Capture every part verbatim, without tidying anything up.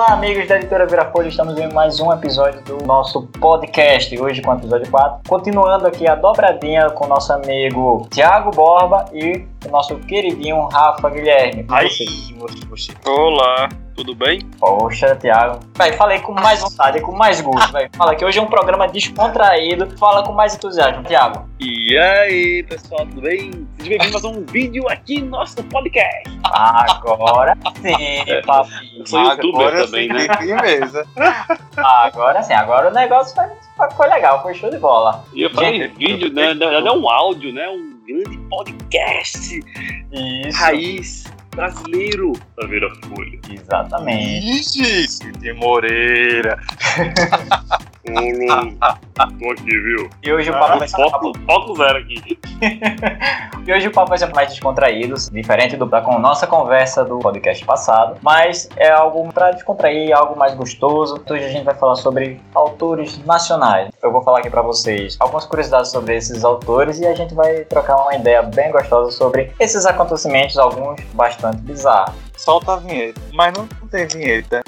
Olá, amigos da Editora Virafolha, estamos em mais um episódio do nosso podcast, hoje com o episódio quatro. Continuando aqui a dobradinha com o nosso amigo Thiago Borba e o nosso queridinho Rafa Guilherme. Aí, você. Olá, tudo bem? Poxa, Thiago. Vai, falei com mais vontade, com mais gosto. Vai. Fala que hoje é um programa descontraído, fala com mais entusiasmo, Thiago. E aí, pessoal, tudo bem? Sejam bem-vindos a um vídeo aqui no nosso podcast. Agora sim, papi. Eu sou youtuber agora também, sim, né? Firmeza. Agora sim, agora o negócio foi, foi legal, foi show de bola. E eu falei gente, vídeo, né? Na verdade é um áudio, né? Um grande podcast. Isso. Raiz brasileiro da Virafolha. Exatamente. Ixi, de Moreira. Tô aqui, viu? E hoje o papo vai ser foco, foco zero aqui. E hoje o papo vai ser mais descontraído, diferente do da com nossa conversa do podcast passado, mas é algo para descontrair, algo mais gostoso. Hoje a gente vai falar sobre autores nacionais. Eu vou falar aqui para vocês algumas curiosidades sobre esses autores e a gente vai trocar uma ideia bem gostosa sobre esses acontecimentos, alguns bastante bizarros. Solta a vinheta, mas não tem vinheta.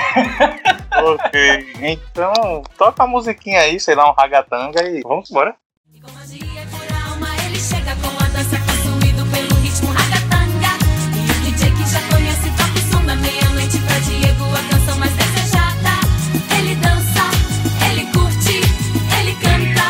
Ok, então toca a musiquinha aí, sei lá, um ragatanga e vamos embora. Com magia e por alma, ele chega com a dança possuído pelo ritmo ragatanga. E o D J que já conhece toca o som da meia-noite pra Diego, a canção mais desejada. Ele dança, ele curte, ele canta.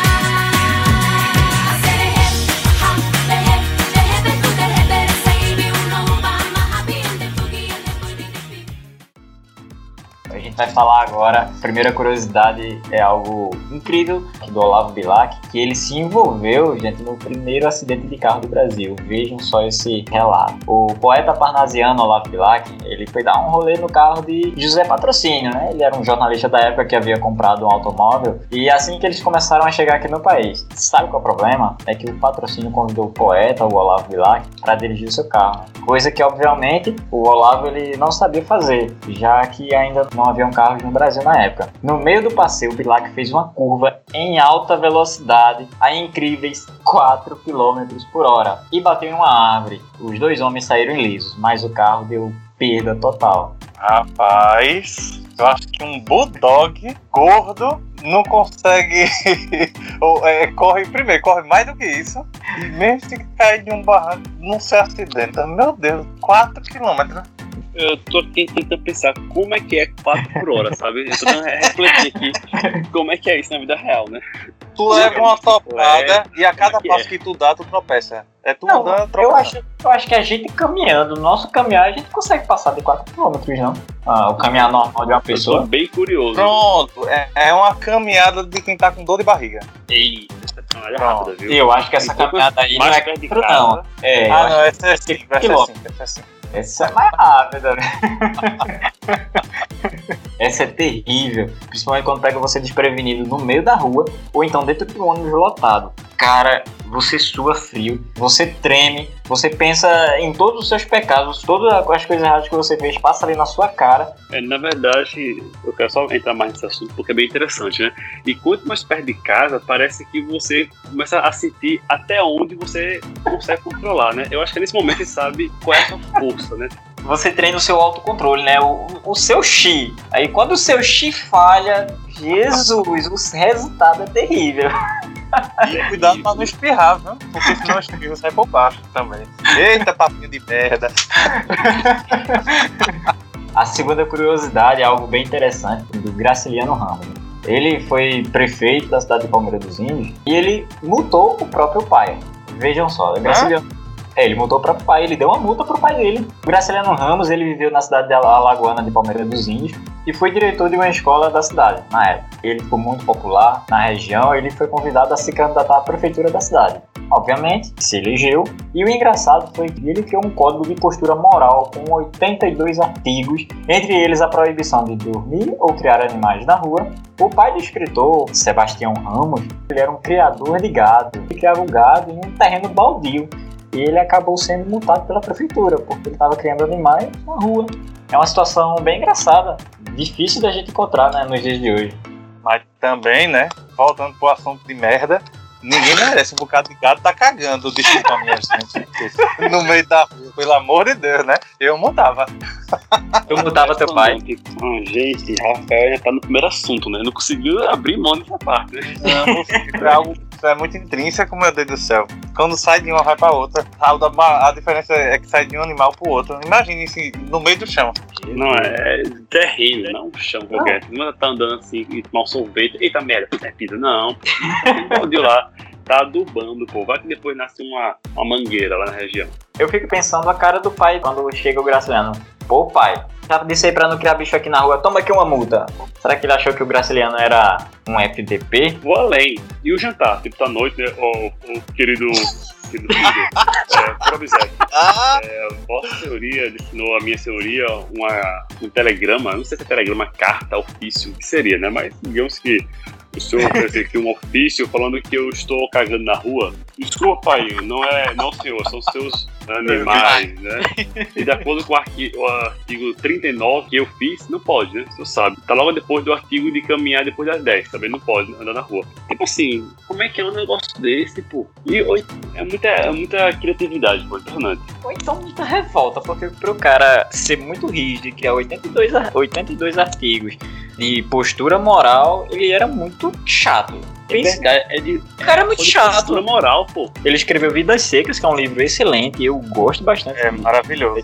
A gente vai falar agora, a primeira curiosidade é algo incrível do Olavo Bilac, que ele se envolveu, gente, no primeiro acidente de carro do Brasil. Vejam só esse relato. O poeta parnasiano Olavo Bilac, ele foi dar um rolê no carro de José Patrocínio, né? Ele era um jornalista da época que havia comprado um automóvel e assim que eles começaram a chegar aqui no país. Sabe qual é o problema? É que o Patrocínio convidou o poeta, o Olavo Bilac, para dirigir o seu carro. Coisa que, obviamente, o Olavo ele não sabia fazer, já que ainda não haviam carros no Brasil na época. No meio do passeio, o Bilac fez uma curva em alta velocidade a incríveis quatro quilômetros por hora e bateu em uma árvore. Os dois homens saíram ilesos, mas o carro deu perda total. Rapaz, eu acho que um bulldog gordo não consegue ou, é, corre primeiro, corre mais do que isso e mesmo se cair de um barranco não se acidenta. Meu Deus, quatro quilômetros. Eu tô aqui tentando pensar como é que é quatro por hora, sabe? Eu tô tentando refletir aqui como é que é isso na vida real, né? Tu leva uma topada é, e a cada que passo é? que tu dá, tu tropeça. É tu Não, andando, eu tropeçando. acho, eu acho que a gente caminhando, no nosso caminhar, a gente consegue passar de quatro quilômetros, não? Ah, o caminhar normal de uma Eu tô pessoa. bem curioso. Pronto, é, é uma caminhada de quem tá com dor de barriga. Ei, essa é uma rápida, viu? Eu acho que essa Então, caminhada aí não mais é perto de quatro, casa. não. É, eu Ah, acho não, essa é assim, que essa é quilômetro. assim, essa é assim. Essa é mais rápida, né? Essa é terrível, principalmente quando pega você desprevenido no meio da rua ou então dentro de um ônibus lotado. Cara, você sua frio, você treme, você pensa em todos os seus pecados, todas as coisas erradas que você fez passa ali na sua cara. É, na verdade, eu quero só entrar mais nesse assunto porque é bem interessante, né? E quanto mais perto de casa, parece que você começa a sentir até onde você consegue controlar, né? Eu acho que nesse momento você sabe qual é a sua força, né? Você treina o seu autocontrole, né? O, o seu chi. Aí quando o seu chi falha, Jesus, o resultado é terrível. E cuidado pra não espirrar, viu? Porque senão o espirro sai por baixo também. Eita, papinho de merda. A segunda curiosidade é algo bem interessante do Graciliano Ramos. Ele foi prefeito da cidade de Palmeira dos Índios e ele multou o próprio pai. Vejam só, o Graciliano... É, ele multou o próprio pai, ele deu uma multa pro pai dele. O Graciliano Ramos, ele viveu na cidade de Alagoana de Palmeira dos Índios e foi diretor de uma escola da cidade, na época. Ele ficou muito popular na região, ele foi convidado a se candidatar à prefeitura da cidade. Obviamente, se elegeu, e o engraçado foi que ele criou um código de postura moral com oitenta e dois artigos, entre eles a proibição de dormir ou criar animais na rua. O pai do escritor, Sebastião Ramos, ele era um criador de gado, ele criava o gado em um terreno baldio. E ele acabou sendo multado pela prefeitura, porque ele estava criando animais na rua. É uma situação bem engraçada, difícil da gente encontrar, né, nos dias de hoje. Mas também, né, voltando pro assunto de merda, ninguém merece, um bocado de gado tá cagando, desculpa minha gente, no meio da rua, pelo amor de Deus, né, eu montava. Tu mutava teu pai. Tipo, ah, gente, Rafael já tá no primeiro assunto, né? Não conseguiu abrir mão dessa parte, né? Não, isso é algo isso é muito intrínseco, meu Deus do céu. Quando sai de uma, vai pra outra. A, a diferença é que sai de um animal pro outro. Imagine isso no meio do chão. Não, é terreno, não um chão qualquer. Não tá andando assim e tomar um sorvete. Eita merda, é pizza. Não, pode ir lá. Tá adubando, pô. Vai que depois nasce uma, uma mangueira lá na região. Eu fico pensando a cara do pai quando chega o Graciliano. Pô, pai, já disse aí pra não criar bicho aqui na rua, toma aqui uma multa. Será que ele achou que o Graciliano era um F D P? Vou além. E o jantar? Tipo, tá noite, né? O, o querido... querido filho, é, Probizete. Ah! É, vossa senhoria destinou a minha senhoria uma, um telegrama, não sei se é telegrama, carta, ofício, o que seria, né? Mas digamos que o senhor fez aqui um ofício falando que eu estou cagando na rua. Desculpa, pai, não é, não senhor, são seus animais, né? E de acordo com o artigo, o artigo trinta e nove que eu fiz, não pode, né? O senhor sabe. Tá logo depois do artigo de caminhar depois das dez, também não pode andar na rua. Tipo assim, como é que é um negócio desse, pô? E é muita, é muita criatividade, pô, impressionante. Ou então muita revolta, porque pro cara ser muito rígido, que é oitenta e dois, oitenta e dois artigos de postura moral, ele era muito chato. É verdade, é de... O cara é muito chato. Postura moral, pô. Ele escreveu Vidas Secas, que é um livro excelente, eu gosto bastante. É maravilhoso.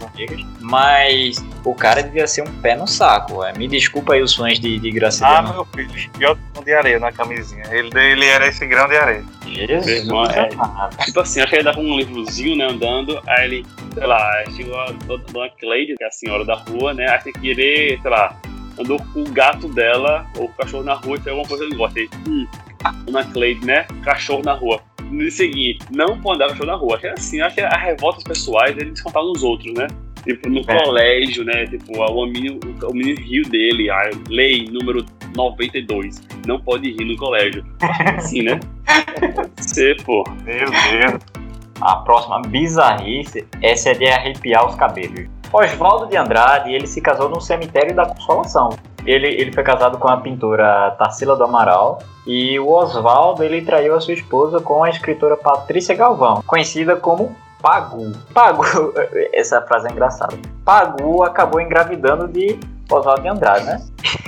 Mas o cara devia ser um pé no saco. É. Me desculpa aí os fãs de, de Ah, Graciliano. meu filho, pior que um de areia na camisinha. Ele, ele era esse grão de areia. Jesus, Meu irmão, é- amado. Tipo assim, acho que ele dava um livrozinho, né, andando, aí ele, sei lá, chegou a Dona Cleide, que é a senhora da rua, né, aí sem querer, sei lá, andou com o gato dela, ou o cachorro na rua, e fez alguma coisa que ele gosta. Aí, hum, Dona Cleide, né, cachorro na rua. No dia seguinte, não pode andar cachorro na rua. Acho que assim, acho que as revoltas pessoais, eles descontavam nos outros, né. Tipo, no É. colégio, né, tipo, o menino, o menino riu dele, a lei número noventa e dois, não pode rir no colégio. Assim, né? Pode ser, pô. Meu Deus. A próxima bizarrice, essa é de arrepiar os cabelos. Oswaldo de Andrade, ele se casou no cemitério da Consolação. Ele, ele foi casado com a pintora Tarsila do Amaral. E o Oswaldo, ele traiu a sua esposa com a escritora Patrícia Galvão, conhecida como Pagu. Pagu, essa frase é engraçada. Pagu acabou engravidando de Oswaldo de Andrade, né?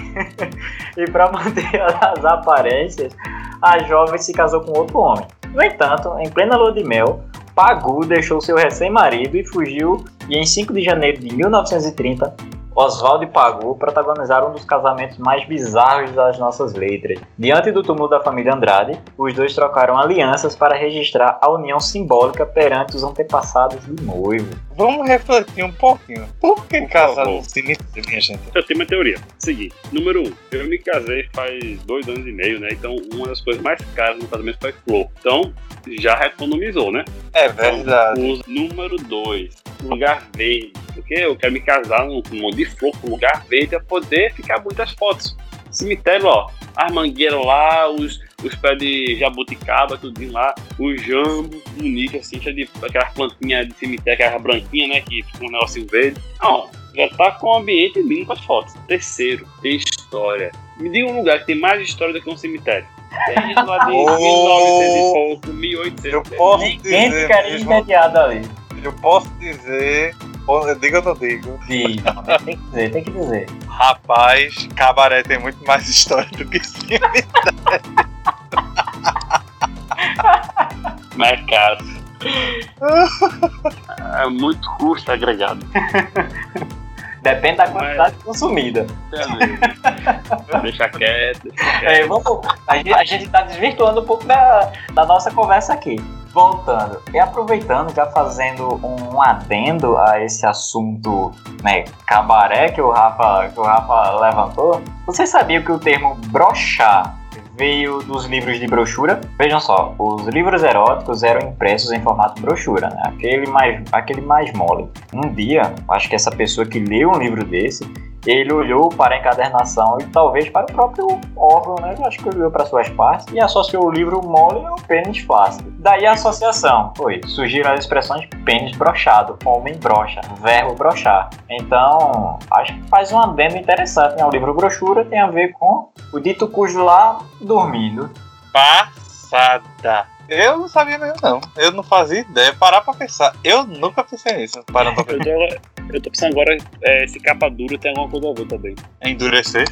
E para manter as aparências, a jovem se casou com outro homem. No entanto, em plena lua de mel, Pagu deixou seu recém-marido e fugiu, e em cinco de janeiro de mil novecentos e trinta, Oswaldo e Pagu protagonizaram um dos casamentos mais bizarros das nossas letras. Diante do túmulo da família Andrade, os dois trocaram alianças para registrar a união simbólica perante os antepassados do noivo. Vamos refletir um pouquinho. Por que casar favor. no cemitério, minha gente? Eu tenho uma teoria. Seguinte, número um, eu me casei faz dois anos e meio, né? Então, uma das coisas mais caras no casamento foi flor. Então, já economizou, né? É Então, verdade. usa. Número dois, lugar verde. Porque eu quero me casar num com um monte de flor, com lugar verde, pra poder ficar muitas fotos. Cemitério, ó, as mangueiras lá, os, os pés de jabuticaba, tudinho lá, o jambo bonito, assim, cheio de aquelas plantinhas de cemitério, aquelas branquinhas, né, que ficam um negocinho verde. Não, já tá com o ambiente lindo com as fotos. Terceiro, tem história. Me diga um lugar que tem mais história do que um cemitério. Tem lá de mil e novecentos e pouco, mil e oitocentos. Eu posso Ninguém dizer ficaria mesmo, entediado ali. eu posso dizer, ou- diga ou não digo, Diz, não, tem que dizer, tem que dizer. rapaz, cabaré tem muito mais história do que cemitério. Mas, cara, é muito custo agregado. Depende da quantidade consumida. Deixa quieto. É, vamos, a, gente, a gente tá desvirtuando um pouco da, da nossa conversa aqui. Voltando e aproveitando, já fazendo um adendo a esse assunto, né, cabaré que o Rafa, que o Rafa levantou. Vocês sabiam que o termo brochar veio dos livros de brochura? Vejam só, os livros eróticos eram impressos em formato brochura, né? Aquele mais, aquele mais mole. Um dia, acho que essa pessoa que leu um livro desse, ele olhou para a encadernação e talvez para o próprio órgão, né? Eu acho que ele olhou para suas partes e associou o livro mole ao pênis flácido. Daí a associação foi, surgiram as expressões pênis brochado, homem brocha, verbo brochar. Então, acho que faz um adendo interessante, né? O livro brochura tem a ver com o dito cujo lá dormindo. Passada. Eu não sabia mesmo, não. Eu não fazia ideia. Parar pra pensar. Eu nunca pensei nisso. Parando pra Eu pensar. já, Eu tô pensando agora, é, esse capa dura tem alguma coisa a ver também. Endurecer.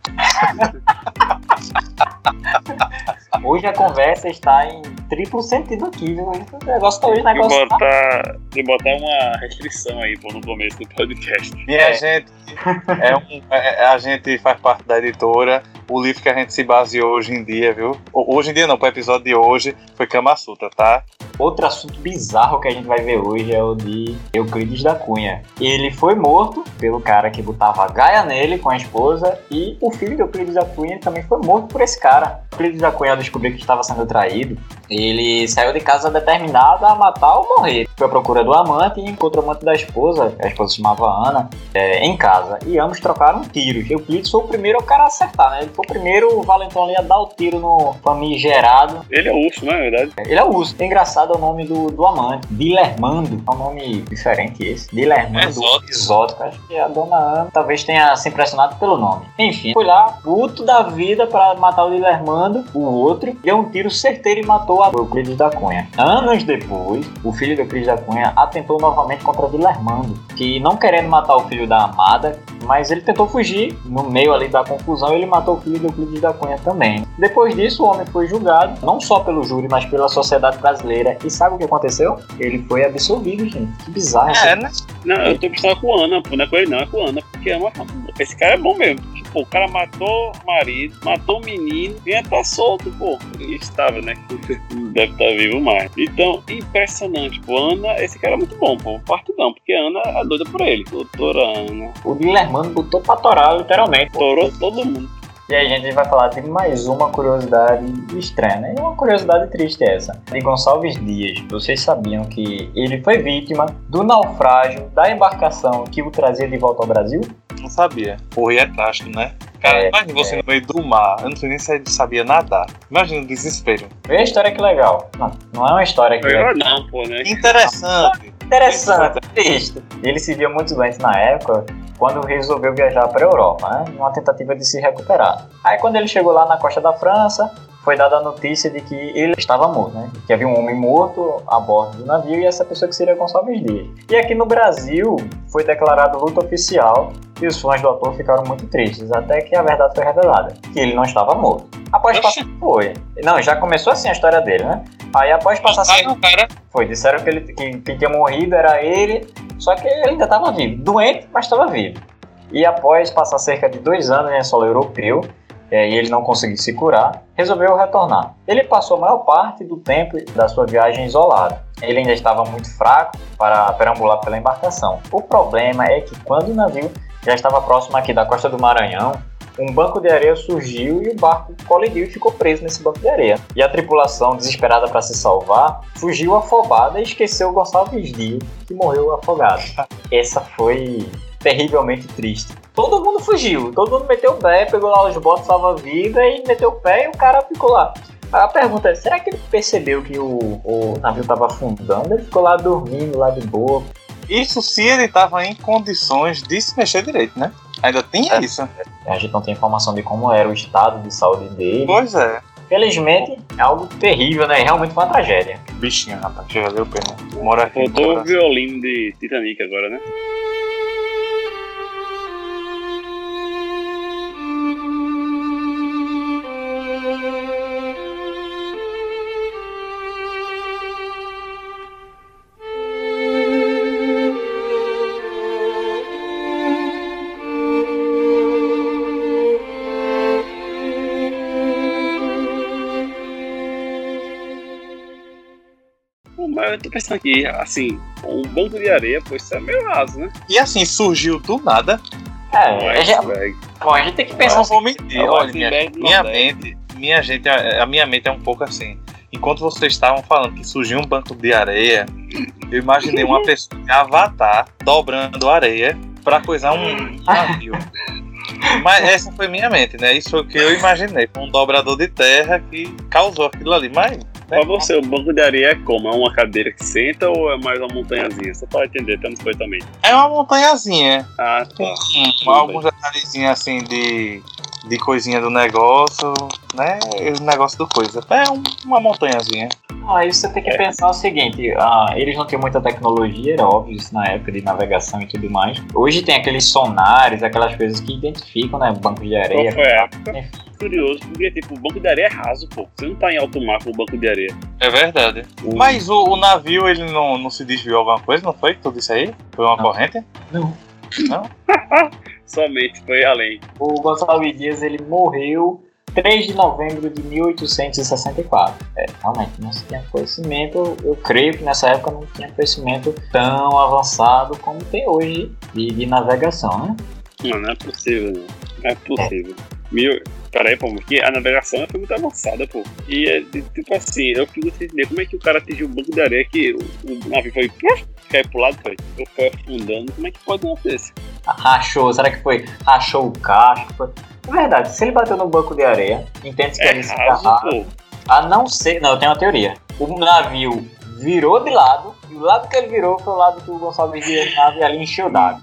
Hoje a conversa está em triplo sentido aqui, viu? O negócio tá hoje, o Tem que negócio tá... botar, tem que botar uma restrição aí pô, no começo do podcast. Minha É. gente, é um, é- a gente faz parte da editora. O livro que a gente se baseou hoje em dia, viu? O- Hoje em dia não, pro episódio de hoje foi Kama Sutra, tá? Outro assunto bizarro que a gente vai ver hoje é o de Euclides da Cunha. Ele foi morto pelo cara que botava a gaia nele com a esposa, e o filho de Euclides da Cunha também foi morto por esse cara. Euclides da Cunha descobriu que estava sendo traído. Ele saiu de casa determinado a matar ou morrer. Foi à procura do amante e encontrou o amante da esposa, a esposa se chamava Ana, é, em casa. E ambos trocaram tiros. Euclides foi o primeiro cara a acertar, né? Ele foi o primeiro valentão ali a dar o tiro no famigerado. Ele é urso, né, na verdade? Ele é o Urso. Engraçado é o nome do, do amante. Dilermando. É um nome diferente esse. Dilermando. Exótico. Exótico. Acho que a dona Ana talvez tenha se impressionado pelo nome. Enfim, foi lá, puto da vida pra matar o Dilermando, o outro, deu um tiro certeiro e matou a Euclides da Cunha. Anos depois, o filho de Euclides da Cunha atentou novamente contra Dilermando, que não querendo matar o filho da amada, mas ele tentou fugir. No meio ali da confusão, ele matou o filho de Euclides da Cunha também. Depois disso, o homem foi julgado, não só pelo júri, mas pela sociedade brasileira. E sabe o que aconteceu? Ele foi absolvido, gente. Que bizarro. É, né? Não, eu tô pensando com Ana, pô, não é com ele não, é com Ana, porque Ana, esse cara é bom mesmo. Tipo, o cara matou o marido, matou o menino, e ainda tá solto, pô. Ele estava, né? Deve estar vivo mais. Então, impressionante, pô. Ana, esse cara é muito bom, pô. Partidão, porque Ana é doida por ele. Doutora Ana. O Dilermando botou pra torar, literalmente. Torou todo mundo. E aí, gente, a gente vai falar de mais uma curiosidade estranha, né? E uma curiosidade triste essa. De Gonçalves Dias. Vocês sabiam que ele foi vítima do naufrágio da embarcação que o trazia de volta ao Brasil? Não sabia. O Rio é trágico, né? Cara, É, imagina você é. no meio do mar. Eu não sei nem se ele sabia nadar. Imagina o desespero. Vê a história que legal. Não, não é uma história que Melhor não, pô, né? Interessante. interessante, triste. Ele se via muito doente na época, quando resolveu viajar para a Europa, né? Numa tentativa de se recuperar. Aí quando ele chegou lá na costa da França, foi dada a notícia de que ele estava morto, né? Que havia um homem morto a bordo do navio, e essa pessoa que seria Gonçalves Dias. E aqui no Brasil foi declarado luta oficial, e os fãs do ator ficaram muito tristes, até que a verdade foi revelada, que ele não estava morto. Após passar, foi. Não, já começou assim a história dele, né? Aí após passar Aí o cara foi, disseram que, ele, que quem tinha morrido era ele, só que ele ainda estava vivo. Doente, mas estava vivo. E após passar cerca de dois anos em solo europeu, é, e ele não conseguiu se curar, resolveu retornar. Ele passou a maior parte do tempo da sua viagem isolado. Ele ainda estava muito fraco para perambular pela embarcação. O problema é que quando o navio já estava próximo aqui da costa do Maranhão, um banco de areia surgiu e o barco colidiu e ficou preso nesse banco de areia. E a tripulação, desesperada para se salvar, fugiu afobada e esqueceu Gonçalves Dias, que morreu afogado. Essa foi terrivelmente triste. Todo mundo fugiu, todo mundo meteu o pé, pegou lá os botes salva-vida e meteu o pé, e o cara ficou lá. A pergunta é, será que ele percebeu que o, o navio estava afundando? Ele ficou lá dormindo, lá de boa. Isso se ele tava em condições de se mexer direito, né? Ainda tinha É. isso. A gente não tem informação de como era o estado de saúde dele. Pois é. Felizmente, é algo terrível, né? Realmente foi uma tragédia. Bichinho, rapaz. Já valeu a pena. Mora aqui. Faltou o mora- violino de Titanic agora, né? Pô, mas eu tô pensando aqui, assim, um banco de areia, pô, isso é meio raso, né? E assim, surgiu do nada. É, é já- Iceberg. bom, a gente tem que Eu pensar não assim. vou mentir. É o Olha, minha, iceberg do minha Nordeste. mente, minha gente, a, a minha mente é um pouco assim. Enquanto vocês estavam falando que surgiu um banco de areia, eu imaginei uma pessoa em Avatar dobrando areia pra coisar um navio. Mas essa foi minha mente, né? Isso foi o que eu imaginei. Foi um dobrador de terra que causou aquilo ali. Mas Pra você, o banco de areia é como? É uma cadeira que senta ou é mais uma montanhazinha? Só pra entender, até não foi também. é uma montanhazinha. Ah, Tem tá. um, alguns detalhezinhos assim de, de coisinha do negócio, né? O negócio do coisa. É um- uma montanhazinha. Aí você tem que É. pensar o seguinte, ah, eles não tinham muita tecnologia, era óbvio isso na época de navegação e tudo mais. Hoje tem aqueles sonares, aquelas coisas que identificam, né, bancos de Qual areia. foi a época? Curioso, porque tipo, o banco de areia é raso, pô. Você não tá em alto mar com o banco de areia. É verdade. Mas o, o navio, ele não, não se desviou alguma coisa, não foi? Tudo isso aí? Foi uma Não. corrente? Não. Não? Somente foi além. O Gonçalves Dias, ele morreu três de novembro de mil oitocentos e sessenta e quatro. É, realmente, não se tinha conhecimento, eu creio que nessa época não tinha conhecimento tão avançado como tem hoje de, de navegação, né? Não, não é possível, não. Não é possível. Mil... Peraí, pô, porque a navegação foi muito avançada, pô. E é tipo assim, eu fico sem entender como é que o cara atingiu o banco de areia que o, o navio foi pluf, caiu pro lado, foi, foi afundando. Como é que pode um desse? Rachou, será que foi? Rachou o casco? Foi... É verdade, se ele bateu no banco de areia, entende-se que É ele se raso, agarrava, pô. a não ser... Não, eu tenho uma teoria. O navio virou de lado, e o lado que ele virou foi o lado que o Gonçalves Dias nave ali encheu d'água.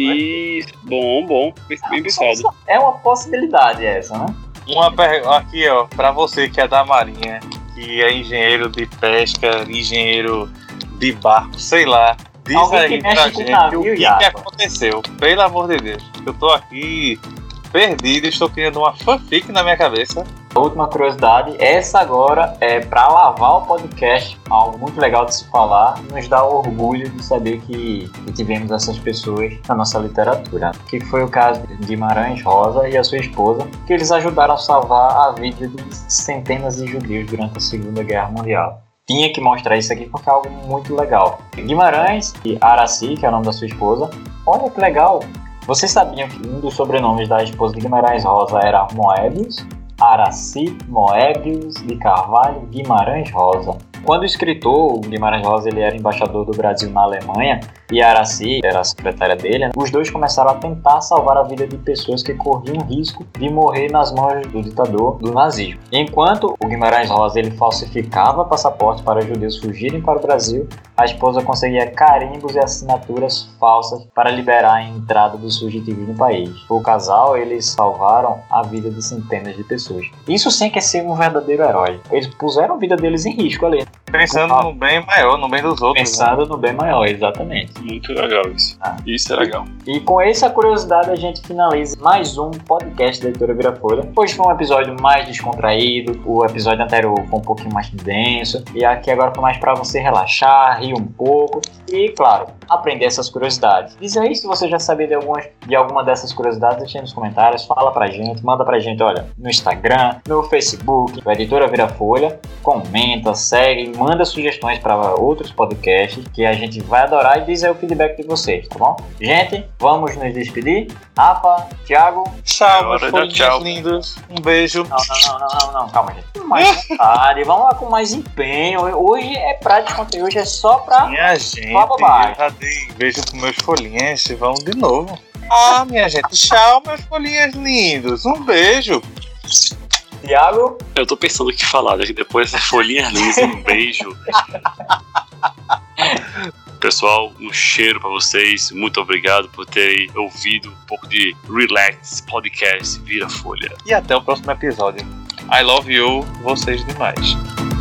E bom, bom, bem pensado. É uma possibilidade essa, né? Uma pergunta aqui, ó, pra você que é da Marinha, que é engenheiro de pesca, engenheiro de barco, sei lá. Diz Alguém aí que mexe pra com gente navio, o que, que Iago. aconteceu. Pelo amor de Deus. Eu tô aqui perdido, estou criando uma fanfic na minha cabeça. A última curiosidade, essa agora é para lavar o podcast, algo muito legal de se falar, nos dá orgulho de saber que, que tivemos essas pessoas na nossa literatura. Que foi o caso de Guimarães Rosa e a sua esposa, que eles ajudaram a salvar a vida de centenas de judeus durante a Segunda Guerra Mundial. Tinha que mostrar isso aqui porque é algo muito legal. Guimarães e Araci, que é o nome da sua esposa, olha que legal. Vocês sabiam que um dos sobrenomes da esposa de Guimarães Rosa era Moebius? Araci Moebius de Carvalho Guimarães Rosa. Quando o escritor, o Guimarães Rosa, ele era embaixador do Brasil na Alemanha e a Araci era a secretária dele, né? Os dois começaram a tentar salvar a vida de pessoas que corriam risco de morrer nas mãos do ditador do nazismo. Enquanto o Guimarães Rosa ele falsificava passaportes para judeus fugirem para o Brasil, a esposa conseguia carimbos e assinaturas falsas para liberar a entrada dos fugitivos no país. O casal, eles salvaram a vida de centenas de pessoas. Isso sim que é ser um verdadeiro herói. Eles puseram a vida deles em risco ali. Pensando no bem maior, no bem dos outros. Pensando no bem maior, exatamente. Muito legal isso. Ah. Isso é legal. E com essa curiosidade a gente finaliza mais um podcast da Editora Virafolha. Hoje foi um episódio mais descontraído, o episódio anterior foi um pouquinho mais denso, e aqui agora foi mais para você relaxar, rir um pouco e, claro, aprender essas curiosidades. Diz aí se você já sabia de, algumas, de alguma dessas curiosidades, deixa aí nos comentários, fala pra gente, manda pra gente, olha, no Instagram, no Facebook, da Editora Virafolha, comenta, segue, manda sugestões para outros podcasts que a gente vai adorar e diz aí o feedback de vocês, tá bom? Gente, vamos nos despedir. Rafa, Thiago. Tchau, É meus hora de dar folhinhas tchau. lindos. Um beijo. Não, não, não, não, não, não, calma, gente. Com mais vontade, vamos lá com mais empenho. Hoje é pra descontar, hoje é só pra. Minha gente, Fala bobagem. eu já dei beijo pros meus folhinhas, vamos de novo. Ah, minha gente, tchau, meus folhinhas lindos. Um beijo. Thiago. Eu tô pensando o que falar, né? Depois dessas folhinhas lindas, um beijo. Pessoal, um cheiro pra vocês. Muito obrigado por terem ouvido um pouco de Relax Podcast Virafolha. E até o próximo episódio. I love you, vocês demais.